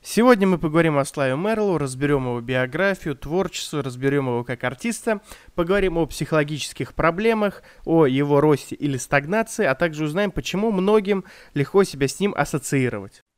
Сегодня мы поговорим о Славе Мерлоу, разберем его биографию, творчество, разберем его как артиста, поговорим о психологических проблемах, о его росте или стагнации, а также узнаем, почему многим легко себя с ним ассоциировать. О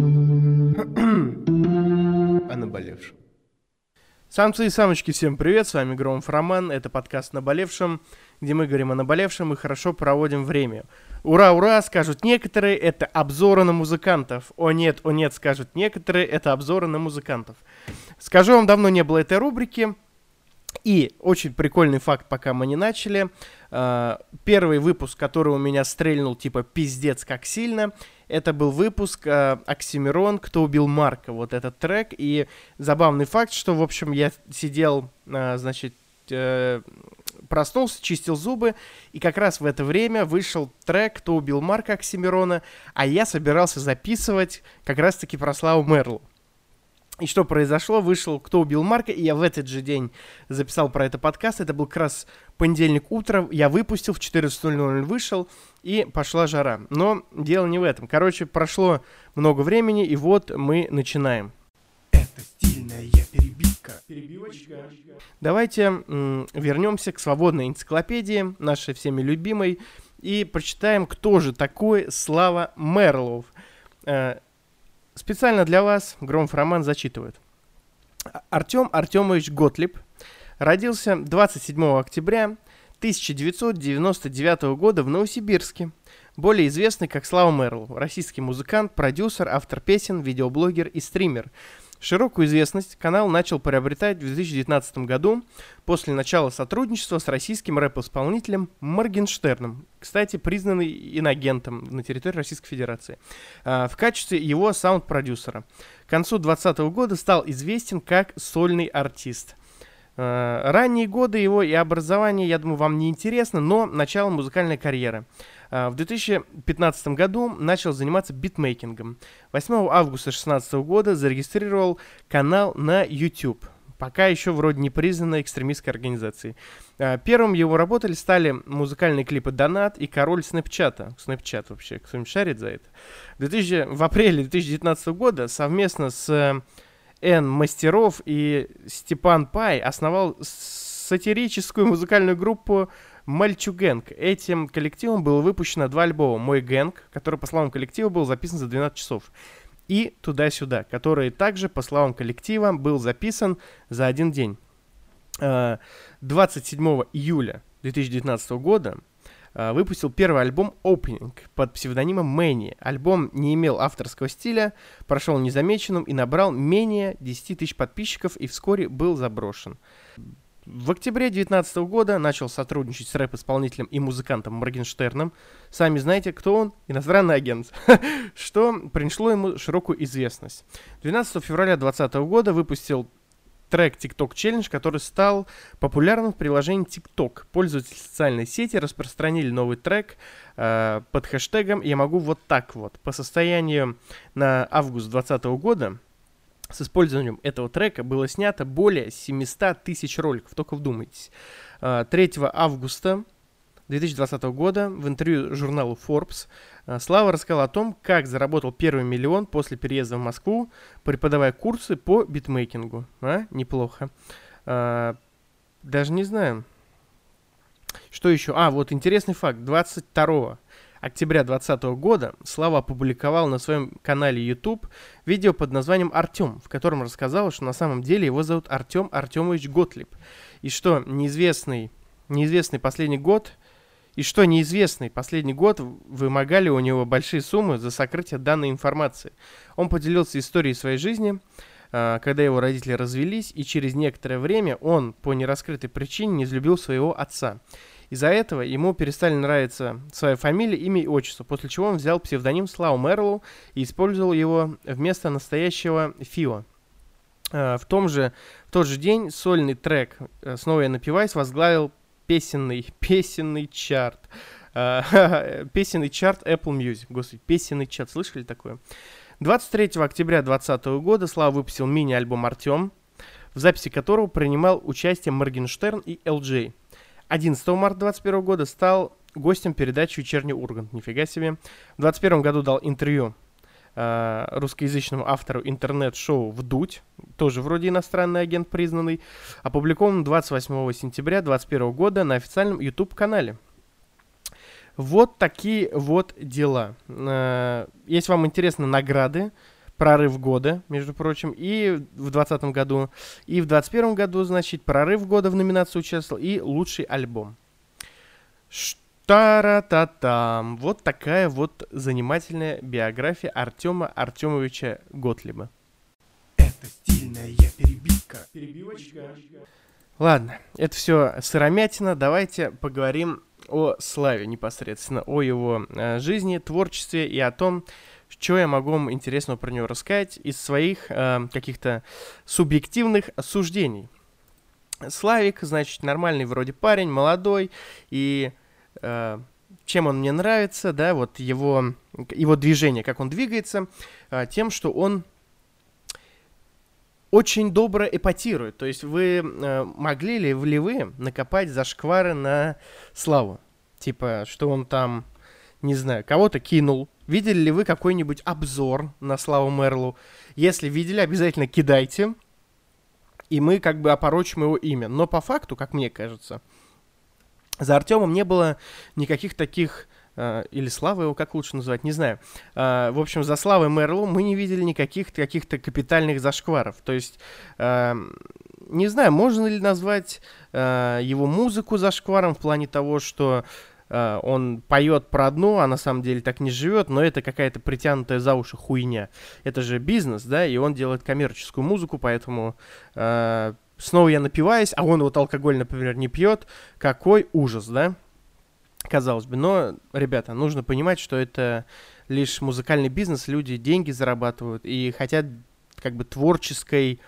наболевшем. Самцы и самочки, всем привет, с вами Громов Роман, это подкаст «Наболевшем», где мы говорим о наболевшем и хорошо проводим время. Ура, ура, скажут некоторые, это обзоры на музыкантов. О нет, скажут некоторые, это обзоры на музыкантов. Скажу вам, давно не было этой рубрики. И очень прикольный факт, пока мы не начали. Первый выпуск, который у меня стрельнул типа пиздец как сильно, это был выпуск «Оксимирон. Кто убил Марка?». Вот этот трек. И забавный факт, что, в общем, я сидел, проснулся, чистил зубы, и как раз в это время вышел трек «Кто убил Марка» Оксимирона, а я собирался записывать как раз-таки про Славу Мерлоу. И что произошло? Вышел «Кто убил Марка», и я в этот же день записал про это подкаст. Это был как раз понедельник утром, я выпустил, в 14:00 вышел, и пошла жара. Но дело не в этом. Короче, прошло много времени, и вот мы начинаем. Это стильная перебивка. Перебивочка. Давайте вернемся к свободной энциклопедии, нашей всеми любимой, и прочитаем, кто же такой Слава Мерлоу. Специально для вас Громов Роман зачитывает. Артем Артемович Готлиб родился 27 октября 1999 года в Новосибирске. Более известный как Слава Мерлоу, российский музыкант, продюсер, автор песен, видеоблогер и стример. Широкую известность канал начал приобретать в 2019 году после начала сотрудничества с российским рэп-исполнителем Моргенштерном, кстати, признанный инагентом на территории Российской Федерации, в качестве его саунд-продюсера. К концу 2020 года стал известен как сольный артист. Ранние годы его и образование, я думаю, вам не интересно, но начало музыкальной карьеры. В 2015 году начал заниматься битмейкингом. 8 августа 2016 года зарегистрировал канал на YouTube, пока еще вроде не признанной экстремистской организацией. Первым его работой стали музыкальные клипы «Донат» и «Король Снэпчата». Снэпчат вообще, кто-нибудь шарит за это? В апреле 2019 года совместно с Н. Мастеров и Степан Пай основал сатирическую музыкальную группу «Мальчугэнг». Этим коллективом было выпущено 2 альбома: «Мой гэнг», который, по словам коллектива, был записан за 12 часов, и «Туда-сюда», который также, по словам коллектива, был записан за 1 день. 27 июля 2019 года выпустил первый альбом «Opening» под псевдонимом Мэнни. Альбом не имел авторского стиля, прошел незамеченным и набрал менее 10 тысяч подписчиков и вскоре был заброшен. В октябре 2019 года начал сотрудничать с рэп-исполнителем и музыкантом Моргенштерном. Сами знаете, кто он? Иностранный агент. Что принесло ему широкую известность. 12 февраля 2020 года выпустил трек TikTok Challenge, который стал популярным в приложении TikTok. Пользователи социальной сети распространили новый трек под хэштегом «Я могу вот так вот». По состоянию на август 2020 года с использованием этого трека было снято более 700 тысяч роликов, только вдумайтесь. 3 августа 2020 года в интервью журналу Forbes Слава рассказал о том, как заработал первый миллион после переезда в Москву, преподавая курсы по битмейкингу. Неплохо. Даже не знаю. Что еще? Вот интересный факт. 22 октября 2020 года Слава опубликовал на своем канале YouTube видео под названием «Артем», в котором рассказал, что на самом деле его зовут Артем Артемович Готлиб. И что неизвестный последний год вымогали у него большие суммы за сокрытие данной информации. Он поделился историей своей жизни, когда его родители развелись, и через некоторое время он по нераскрытой причине не взлюбил своего отца. Из-за этого ему перестали нравиться своя фамилия, имя и отчество, после чего он взял псевдоним Слава Мерлоу и использовал его вместо настоящего Фио. В тот же день сольный трек «Снова я напиваюсь» возглавил песенный чарт. Песенный чарт Apple Music. Господи, песенный чарт, слышали такое? 23 октября 2020 года Слава выпустил мини-альбом «Артем», в записи которого принимал участие Моргенштерн и LJ. 11 марта 2021 года стал гостем передачи «Вечерний Ургант». Нифига себе. В 2021 году дал интервью русскоязычному автору интернет-шоу «Вдудь», тоже вроде иностранный агент признанный, опубликован 28 сентября 2021 года на официальном YouTube-канале. Вот такие вот дела. Если вам интересны награды, прорыв года, между прочим, и в 2020 году, и в 2021 году, значит, прорыв года в номинации участвовал, и лучший альбом. Та-ра-та-там. Вот такая вот занимательная биография Артема Артемовича Готлиба. Это стильная перебивка. Перебивочка. Ладно, это все сыромятина. Давайте поговорим о Славе непосредственно, о его жизни, творчестве и о том, что я могу вам интересного про него рассказать из своих каких-то субъективных суждений. Славик, значит, нормальный вроде парень, молодой, и чем он мне нравится, да, вот его движение, как он двигается, тем, что он очень добро эпатирует. То есть вы могли ли вы накопать зашквары на Славу? Типа, что он там, не знаю, кого-то кинул. Видели ли вы какой-нибудь обзор на Славу Мерлоу? Если видели, обязательно кидайте, и мы как бы опорочим его имя. Но по факту, как мне кажется, за Артемом не было никаких таких, или Славы его, как лучше называть, не знаю. В общем, за Славой Мерлоу мы не видели никаких каких-то капитальных зашкваров. То есть, не знаю, можно ли назвать его музыку зашкваром в плане того, что он поет про одно, а на самом деле так не живет, но это какая-то притянутая за уши хуйня. Это же бизнес, да, и он делает коммерческую музыку, поэтому снова я напиваюсь, а он вот алкоголь, например, не пьет. Какой ужас, да? Казалось бы. Но, ребята, нужно понимать, что это лишь музыкальный бизнес, люди деньги зарабатывают и хотят как бы творческого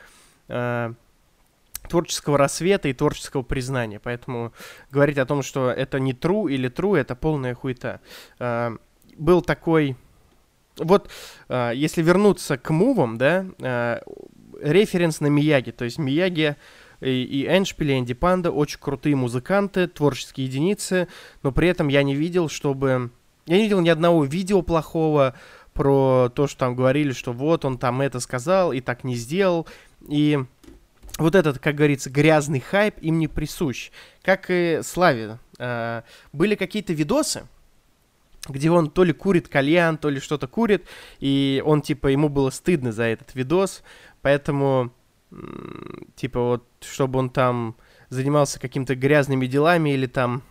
рассвета и творческого признания. Поэтому говорить о том, что это не true или true, это полная хуета. Был такой... Вот, если вернуться к мувам, да, референс на Мияги. То есть Мияги и Эншпиль, и Энди Панда очень крутые музыканты, творческие единицы, но при этом я не видел, чтобы... Я не видел ни одного видео плохого про то, что там говорили, что вот он там это сказал и так не сделал. И вот этот, как говорится, грязный хайп им не присущ. Как и Славе. Были какие-то видосы, где он то ли курит кальян, то ли что-то курит, и он, типа, ему было стыдно за этот видос, поэтому, типа, вот, чтобы он там занимался какими-то грязными делами или там,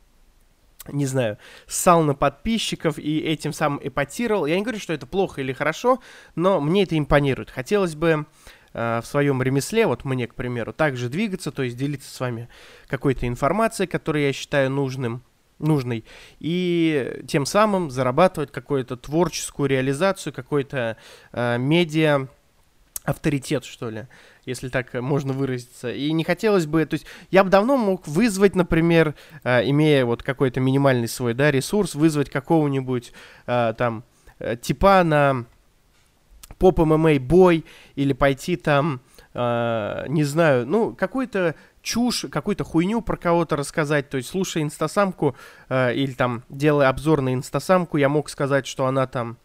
не знаю, ссал на подписчиков и этим самым эпатировал. Я не говорю, что это плохо или хорошо, но мне это импонирует. Хотелось бы в своем ремесле, вот мне, к примеру, также двигаться, то есть делиться с вами какой-то информацией, которую я считаю нужной, и тем самым зарабатывать какую-то творческую реализацию, какой-то медиа авторитет, что ли, если так можно выразиться. И не хотелось бы, то есть я бы давно мог вызвать, например, имея вот какой-то минимальный свой, да, ресурс, вызвать какого-нибудь там типа на поп-ММА бой или пойти там, не знаю, ну, какой-то чушь, какую-то хуйню про кого-то рассказать, то есть слушая инстасамку или там делая обзор на инстасамку, я мог сказать, что она там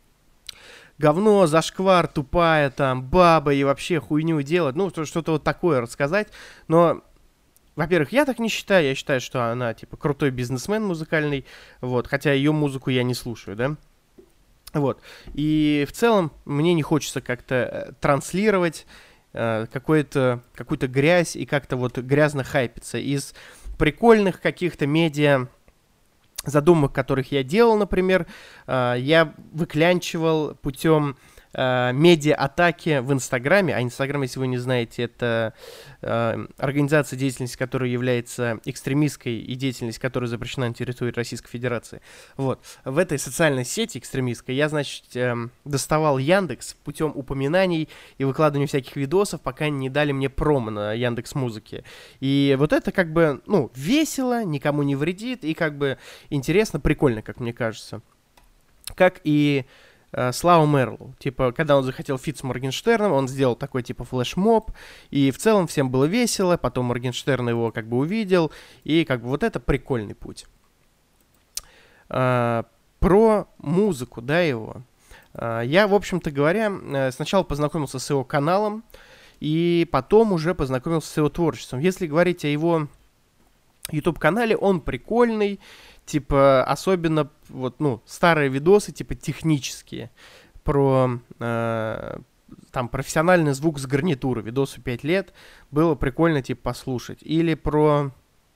говно, зашквар, тупая там, баба и вообще хуйню делать, ну, что-то вот такое рассказать, но, во-первых, я так не считаю, я считаю, что она, типа, крутой бизнесмен музыкальный, вот, хотя ее музыку я не слушаю, да, вот, и в целом мне не хочется как-то транслировать какую-то грязь и как-то вот грязно хайпиться. Из прикольных каких-то медиа задумок, которых я делал, например, я выклянчивал путем медиа-атаки в Инстаграме. А Инстаграм, если вы не знаете, это организация, деятельность которой является экстремистской и деятельность которой запрещена на территории Российской Федерации. Вот. В этой социальной сети экстремистской я, значит, доставал Яндекс путем упоминаний и выкладывания всяких видосов, пока не дали мне промо на Яндекс.Музыке. И вот это как бы, ну, весело, никому не вредит и как бы интересно, прикольно, как мне кажется. Как и Слава Мерлоу. Типа, когда он захотел фит с Моргенштерном, он сделал такой, типа, флешмоб, и в целом всем было весело, потом Моргенштерн его как бы увидел, и как бы вот это прикольный путь. Про музыку, да, его. Я, в общем-то говоря, сначала познакомился с его каналом, и потом уже познакомился с его творчеством. Если говорить о его YouTube-канале, он прикольный, типа, особенно, вот, ну, старые видосы, типа, технические, про, там, профессиональный звук с гарнитуры, видосу 5 лет, было прикольно, типа, послушать. Или про,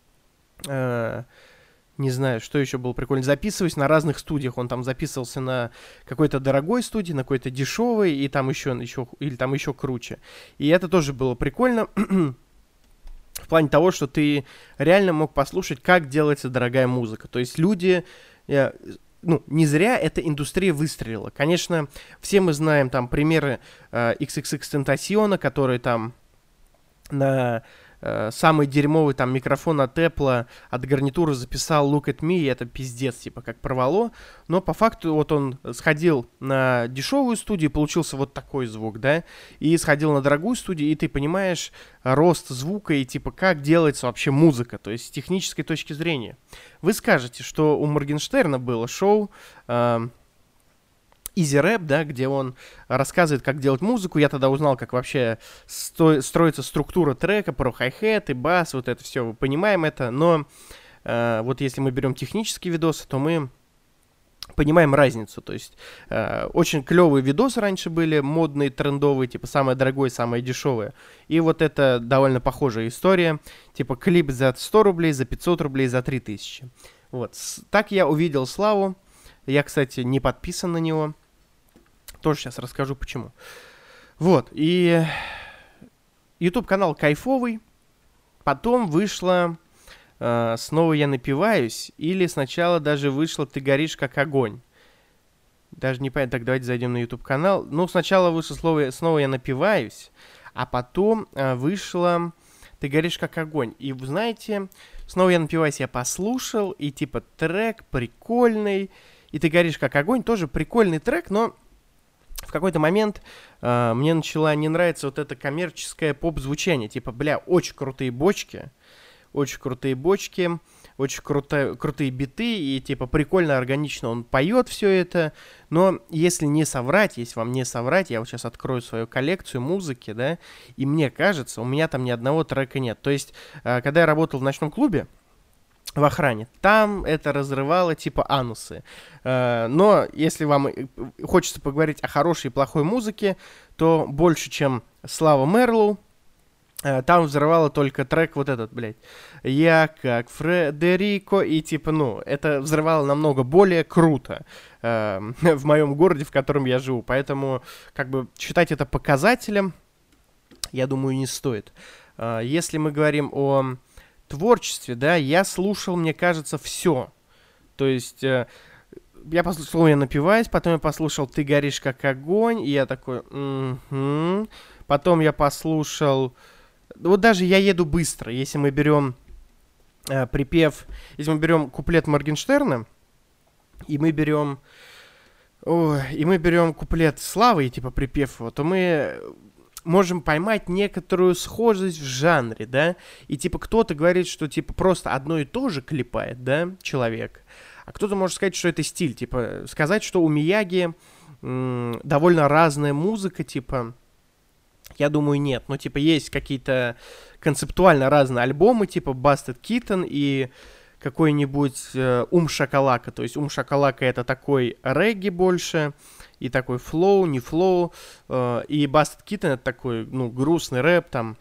не знаю, что еще было прикольно, записываюсь на разных студиях, он там записывался на какой-то дорогой студии, на какой-то дешевой, и там еще, или там еще круче. И это тоже было прикольно, в плане того, что ты реально мог послушать, как делается дорогая музыка. То есть люди, ну, не зря эта индустрия выстрелила. Конечно, все мы знаем там примеры XXXTentacion, который там на самый дерьмовый там микрофон от Apple, от гарнитуры записал Look at Me, и это пиздец, типа, как порвало. Но по факту вот он сходил на дешевую студию, получился вот такой звук, да, и сходил на дорогую студию, и ты понимаешь рост звука и, типа, как делается вообще музыка, то есть с технической точки зрения. Вы скажете, что у Моргенштерна было шоу Easy Rap, да, где он рассказывает, как делать музыку. Я тогда узнал, как вообще строится структура трека, про хай-хет и бас, вот это все, понимаем это. Но вот если мы берем технические видосы, то мы понимаем разницу. То есть очень клевые видосы раньше были, модные, трендовые, типа самое дорогое, самое дешевое. И вот это довольно похожая история. Типа клип за 100 рублей, за 500 рублей, за 3000. Вот. Так я увидел Славу. Я, кстати, не подписан на него. Тоже сейчас расскажу, почему. Вот, и YouTube-канал кайфовый. Потом вышло «Снова я напиваюсь», или сначала даже вышло «Ты горишь как огонь». Даже не понятно, так давайте зайдем на YouTube-канал. Ну, сначала вышло «Снова я напиваюсь», а потом вышло «Ты горишь как огонь». И вы знаете, «Снова я напиваюсь» я послушал, и типа трек прикольный, и «Ты горишь как огонь» тоже прикольный трек, но в какой-то момент мне начала не нравиться вот это коммерческое поп-звучание. Типа, бля, очень крутые бочки, очень крутые биты, и типа прикольно, органично он поет все это. Но если не соврать, если вам не соврать, я вот сейчас открою свою коллекцию музыки, да, и мне кажется, у меня там ни одного трека нет. То есть, когда я работал в ночном клубе, в охране, там это разрывало типа анусы. Но если вам хочется поговорить о хорошей и плохой музыке, то больше, чем Слава Мерлоу, там взрывало только трек вот этот, блядь. «Я как Фредерико», и типа, ну, это взрывало намного более круто в моем городе, в котором я живу. Поэтому, как бы, считать это показателем, я думаю, не стоит. Если мы говорим о творчестве, да, я слушал, мне кажется, все. То есть, я послушал «Я напиваюсь», потом я послушал «Ты горишь как огонь», и я такой, Потом я послушал, вот даже «Я еду быстро», если мы берем припев, если мы берем куплет Моргенштерна, и мы берем куплет Славы, и типа припев его, то мы можем поймать некоторую схожесть в жанре, да, и типа кто-то говорит, что типа просто одно и то же клепает, да, человек, а кто-то может сказать, что это стиль, типа сказать, что у Мияги довольно разная музыка, типа, я думаю, нет, но типа есть какие-то концептуально разные альбомы, типа Busted Kitten и какой-нибудь Ум Шакалака, то есть Ум Шакалака это такой регги больше, и такой флоу, не флоу, и Busted Kitten это такой, ну, грустный рэп там,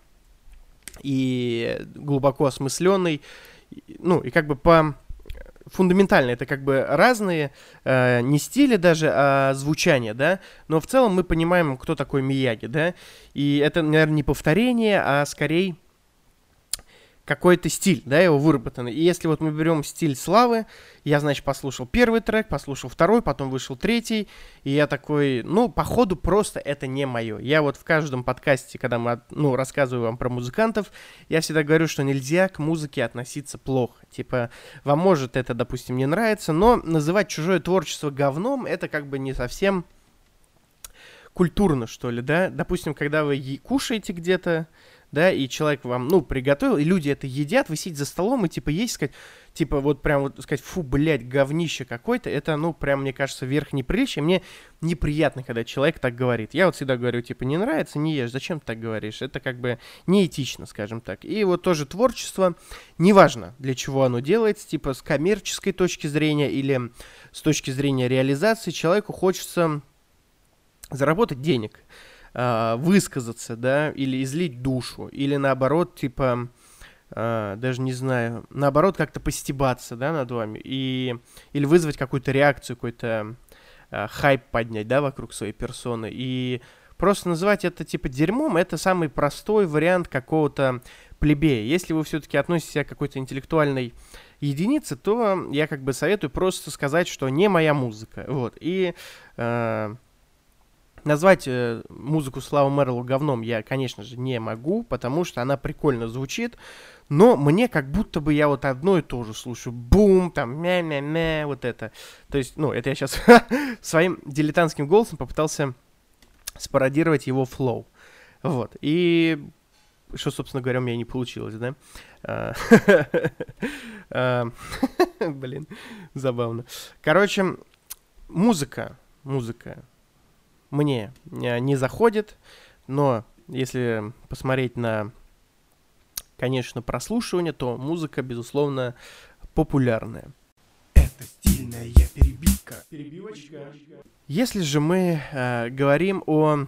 и глубоко осмысленный, ну, и как бы фундаментально это как бы разные, не стили даже, а звучания, да, но в целом мы понимаем, кто такой Мияги, да, и это, наверное, не повторение, а скорее какой-то стиль, да, его выработанный. И если вот мы берем стиль Славы, я, значит, послушал первый трек, послушал второй, потом вышел третий, и я такой, ну, походу, просто это не мое. Я вот в каждом подкасте, когда мы, ну, рассказываю вам про музыкантов, я всегда говорю, что нельзя к музыке относиться плохо. Типа, вам может это, допустим, не нравится, но называть чужое творчество говном, это как бы не совсем культурно, что ли, да. Допустим, когда вы кушаете где-то, да, и человек вам, ну, приготовил, и люди это едят, вы сидите за столом и, типа, есть, сказать, типа, вот прям вот сказать, фу, блядь, говнище какое-то, это, ну, прям, мне кажется, верх неприличия. Мне неприятно, когда человек так говорит. Я вот всегда говорю, типа, не нравится, не ешь, зачем ты так говоришь? Это как бы неэтично, скажем так. И вот тоже творчество, неважно, для чего оно делается, типа, с коммерческой точки зрения или с точки зрения реализации, человеку хочется заработать денег, высказаться, да, или излить душу, или наоборот, типа, даже не знаю, наоборот, как-то постебаться, да, над вами, или вызвать какую-то реакцию, какой-то хайп поднять, да, вокруг своей персоны, и просто называть это, типа, дерьмом, это самый простой вариант какого-то плебея. Если вы все-таки относите себя к какой-то интеллектуальной единице, то я как бы советую просто сказать, что не моя музыка, вот, и назвать музыку Славы Мэрлоу говном я, конечно же, не могу, потому что она прикольно звучит, но мне как будто бы я вот одно и то же слушаю. Бум, там, мя-мя-мя, вот это. То есть, ну, это я сейчас своим дилетантским голосом попытался спародировать его флоу. Вот, и что, собственно говоря, у меня не получилось, да? Блин, забавно. Короче, музыка мне не заходит, но если посмотреть на, конечно, прослушивание, то музыка, безусловно, популярная. Это стильная перебивка. Перебивочка. Если же мы говорим о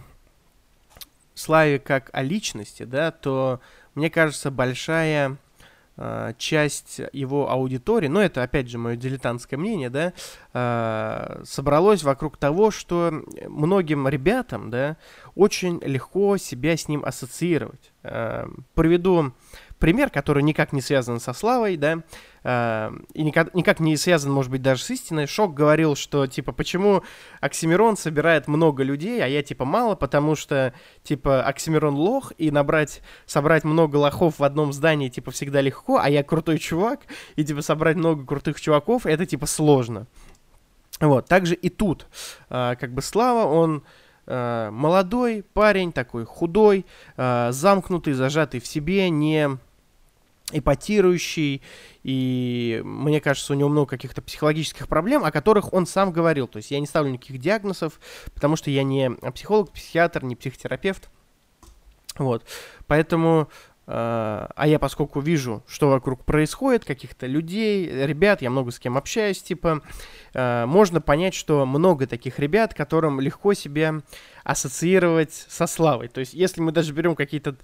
Славе как о личности, да, то, мне кажется, большая часть его аудитории, но это, опять же, мое дилетантское мнение, да, собралось вокруг того, что многим ребятам, да, очень легко себя с ним ассоциировать. Приведу пример, который никак не связан со Славой, да, и никак не связан, может быть, даже с истиной. Шок говорил, что, типа, почему Оксимирон собирает много людей, а я, типа, мало, потому что, типа, Оксимирон лох, и собрать много лохов в одном здании, типа, всегда легко, а я крутой чувак, и, типа, собрать много крутых чуваков, это, типа, сложно. Вот, также и тут, как бы, Слава, он молодой парень, такой худой, замкнутый, зажатый в себе, не эпатирующий, и мне кажется, у него много каких-то психологических проблем, о которых он сам говорил. То есть я не ставлю никаких диагнозов, потому что я не психолог, психиатр, не психотерапевт. Вот, поэтому, а я поскольку вижу, что вокруг происходит, каких-то людей, ребят, я много с кем общаюсь, типа, можно понять, что много таких ребят, которым легко себя ассоциировать со Славой. То есть, если мы даже берем какие-то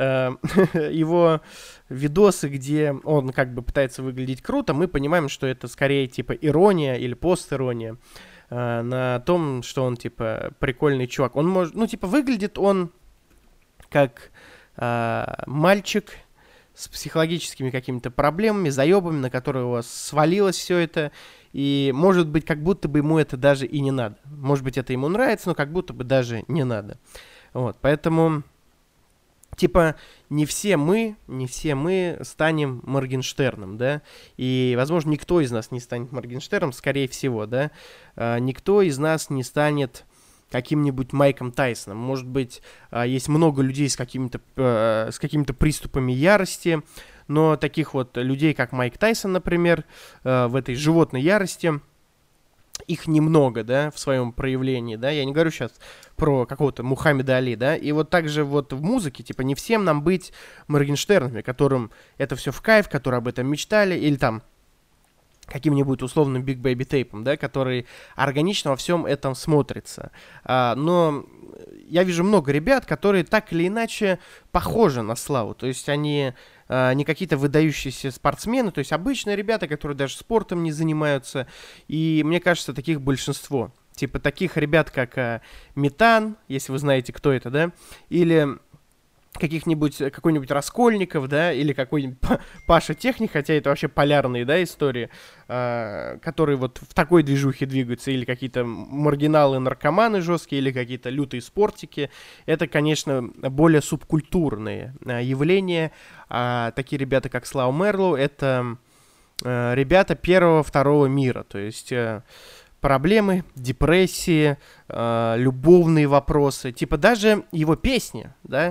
его видосы, где он как бы пытается выглядеть круто, мы понимаем, что это скорее типа ирония или пост-ирония на том, что он типа прикольный чувак. Он может, ну типа выглядит он как мальчик с психологическими какими-то проблемами, заебами, на которые у вас свалилось все это, и может быть, как будто бы ему это даже и не надо. Может быть, это ему нравится, но как будто бы даже не надо. Вот, поэтому, типа, не все мы станем Моргенштерном, да, и, возможно, никто из нас не станет Моргенштерном, скорее всего, да, никто из нас не станет каким-нибудь Майком Тайсоном. Может быть, есть много людей с какими-то приступами ярости, но таких вот людей, как Майк Тайсон, например, в этой животной ярости, их немного, да, в своем проявлении, да, я не говорю сейчас про какого-то Мухаммеда Али, да, и вот также вот в музыке, типа, не всем нам быть Моргенштернами, которым это все в кайф, которые об этом мечтали, или там каким-нибудь условным Big Baby Tape'ом, да, который органично во всем этом смотрится. Но я вижу много ребят, которые так или иначе похожи на Славу, то есть они не какие-то выдающиеся спортсмены, то есть обычные ребята, которые даже спортом не занимаются, и мне кажется, таких большинство. Типа таких ребят, как Метан, если вы знаете, кто это, да, или какой-нибудь Раскольников, да, или какой-нибудь Паша Техник, хотя это вообще полярные, да, истории, которые вот в такой движухе двигаются, или какие-то маргиналы-наркоманы жесткие, или какие-то лютые спортики. Это, конечно, более субкультурные явления. Такие ребята, как Слава Мэрлоу, это ребята первого-второго мира, то есть проблемы, депрессии, любовные вопросы, типа даже его песни, да,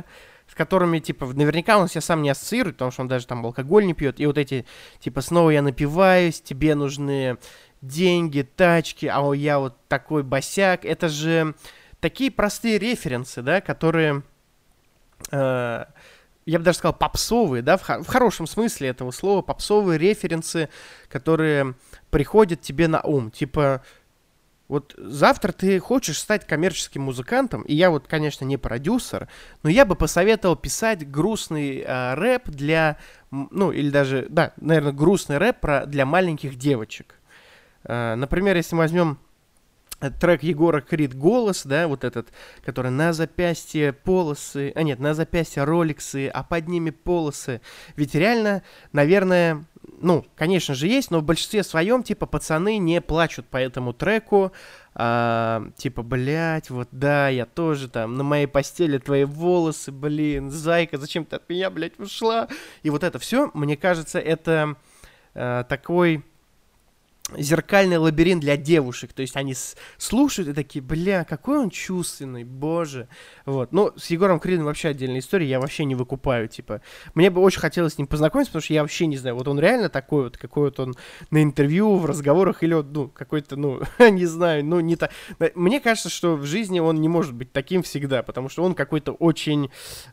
с которыми, типа, наверняка он себя сам не ассоциирует, потому что он даже там алкоголь не пьет, и вот эти, типа, снова я напиваюсь, тебе нужны деньги, тачки, а я вот такой босяк, это же такие простые референсы, да, которые, я бы даже сказал, попсовые, да, в хорошем смысле этого слова, попсовые референсы, которые приходят тебе на ум, типа... Вот завтра ты хочешь стать коммерческим музыкантом, и я вот, конечно, не продюсер, но я бы посоветовал писать грустный рэп для, ну, или даже, да, наверное, грустный рэп для маленьких девочек. Например, если мы возьмем трек Егора Крид «Голос», да, вот этот, который на запястье полосы, на запястье роликсы, а под ними полосы. Ведь реально, наверное, ну, конечно же есть, но в большинстве своем, типа, пацаны не плачут по этому треку, типа, блять, вот да, я тоже там, на моей постели твои волосы, блин, зайка, зачем ты от меня, блять, ушла? И вот это все, мне кажется, это такой... зеркальный лабиринт для девушек, то есть они слушают и такие, бля, какой он чувственный, боже, вот, ну, с Егором Кридом вообще отдельная история, я вообще не выкупаю, типа, мне бы очень хотелось с ним познакомиться, потому что я вообще не знаю, вот он реально такой вот, какой вот он на интервью, в разговорах, или вот, ну, какой-то, ну, не знаю, ну, не так, мне кажется, что в жизни он не может быть таким всегда, потому что он какой-то очень,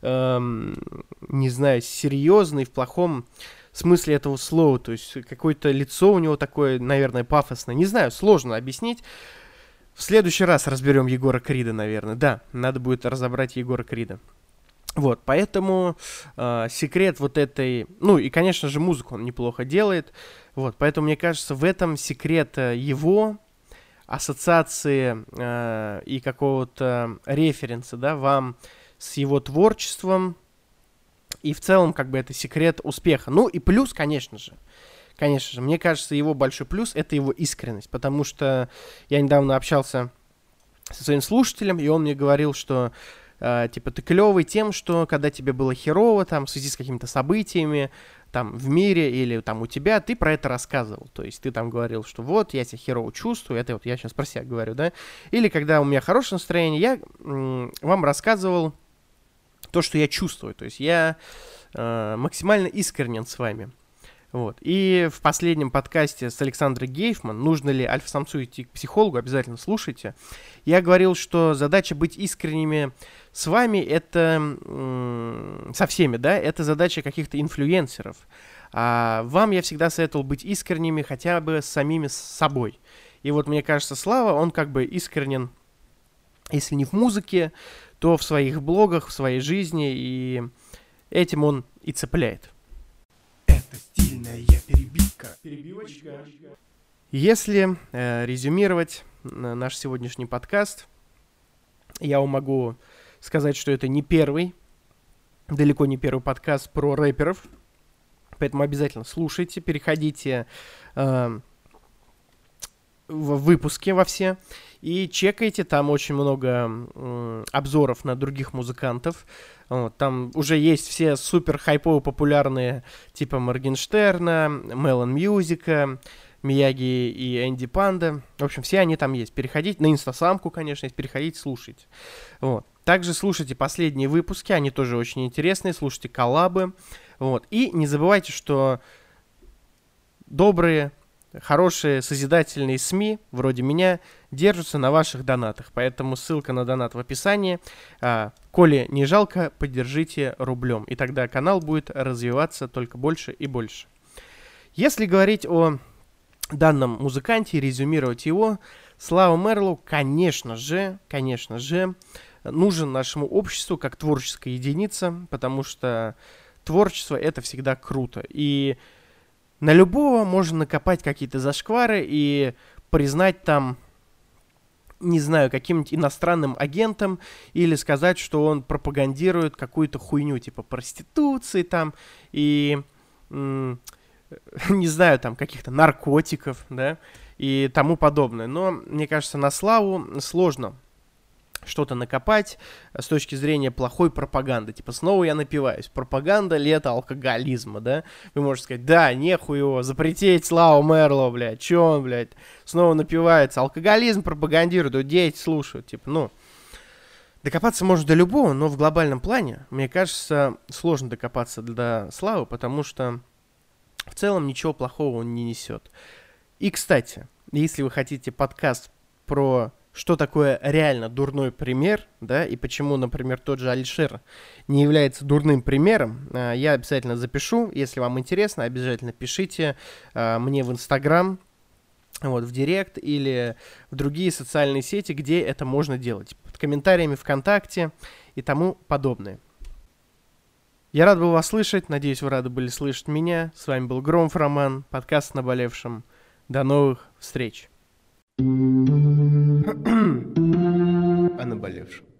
не знаю, серьезный, в плохом смысле этого слова, то есть какое-то лицо у него такое, наверное, пафосное. Не знаю, сложно объяснить. В следующий раз разберем Егора Крида, наверное. Да, надо будет разобрать Егора Крида. Вот, поэтому секрет вот этой... Ну, и, конечно же, музыку он неплохо делает. Вот, поэтому, мне кажется, в этом секрет его ассоциации и какого-то референса, да, вам с его творчеством. И в целом, как бы, это секрет успеха. Ну, и плюс, конечно же, мне кажется, его большой плюс — это его искренность. Потому что я недавно общался со своим слушателем, и он мне говорил, что, типа, ты клевый тем, что когда тебе было херово, там, в связи с какими-то событиями, там, в мире или там у тебя, ты про это рассказывал. То есть ты там говорил, что вот, я себя херово чувствую, это вот я сейчас про себя говорю, да. Или когда у меня хорошее настроение, я вам рассказывал то, что я чувствую, то есть я максимально искренен с вами. Вот. И в последнем подкасте с Александрой Гейфман «Нужно ли альфа-самцу идти к психологу?» обязательно слушайте. Я говорил, что задача быть искренними с вами, это со всеми, да, это задача каких-то инфлюенсеров. А вам я всегда советовал быть искренними хотя бы с самими собой. И вот мне кажется, Слава, он как бы искренен, если не в музыке, то в своих блогах, в своей жизни, и этим он и цепляет. Это стильная перебивка. Перебивочка. Если резюмировать наш сегодняшний подкаст, я могу сказать, что это не первый, далеко не первый подкаст про рэперов, поэтому обязательно слушайте, переходите в выпуски во все и чекайте, там очень много обзоров на других музыкантов. Вот, там уже есть все супер хайпово популярные, типа Моргенштерна, Мелон Мьюзика, Мияги и Энди Панда. В общем, все они там есть. Переходите на Инстасамку, конечно, есть. Переходите, слушайте. Вот. Также слушайте последние выпуски, они тоже очень интересные. Слушайте коллабы. Вот. И не забывайте, что добрые, хорошие, созидательные СМИ, вроде меня, держатся на ваших донатах. Поэтому ссылка на донат в описании. Коли не жалко, поддержите рублем. И тогда канал будет развиваться только больше и больше. Если говорить о данном музыканте и резюмировать его, Слава Мэрлоу, конечно же, нужен нашему обществу как творческая единица, потому что творчество — это всегда круто. И на любого можно накопать какие-то зашквары и признать там, не знаю, каким-нибудь иностранным агентом или сказать, что он пропагандирует какую-то хуйню, типа проституции там и, не знаю, там каких-то наркотиков, да, и тому подобное. Но, мне кажется, на Славу сложно что-то накопать с точки зрения плохой пропаганды. Типа, снова я напиваюсь. Пропаганда ли это алкоголизма, да? Вы можете сказать, да, нехуй его, запретить Славу Мэрлоу, блядь. Чё он, блядь, снова напивается? Алкоголизм пропагандирует, дети слушают. Типа, ну, Докопаться можно до любого, но в глобальном плане, мне кажется, сложно докопаться до славы, потому что в целом ничего плохого он не несет. И, кстати, если вы хотите подкаст про что такое реально дурной пример, да, и почему, например, тот же Алишер не является дурным примером, я обязательно запишу. Если вам интересно, обязательно пишите мне в Инстаграм, вот, в Директ или в другие социальные сети, где это можно делать. Под комментариями ВКонтакте и тому подобное. Я рад был вас слышать, надеюсь, вы рады были слышать меня. С вами был Громов Роман, подкаст «О наболевшем». До новых встреч. О наболевшем.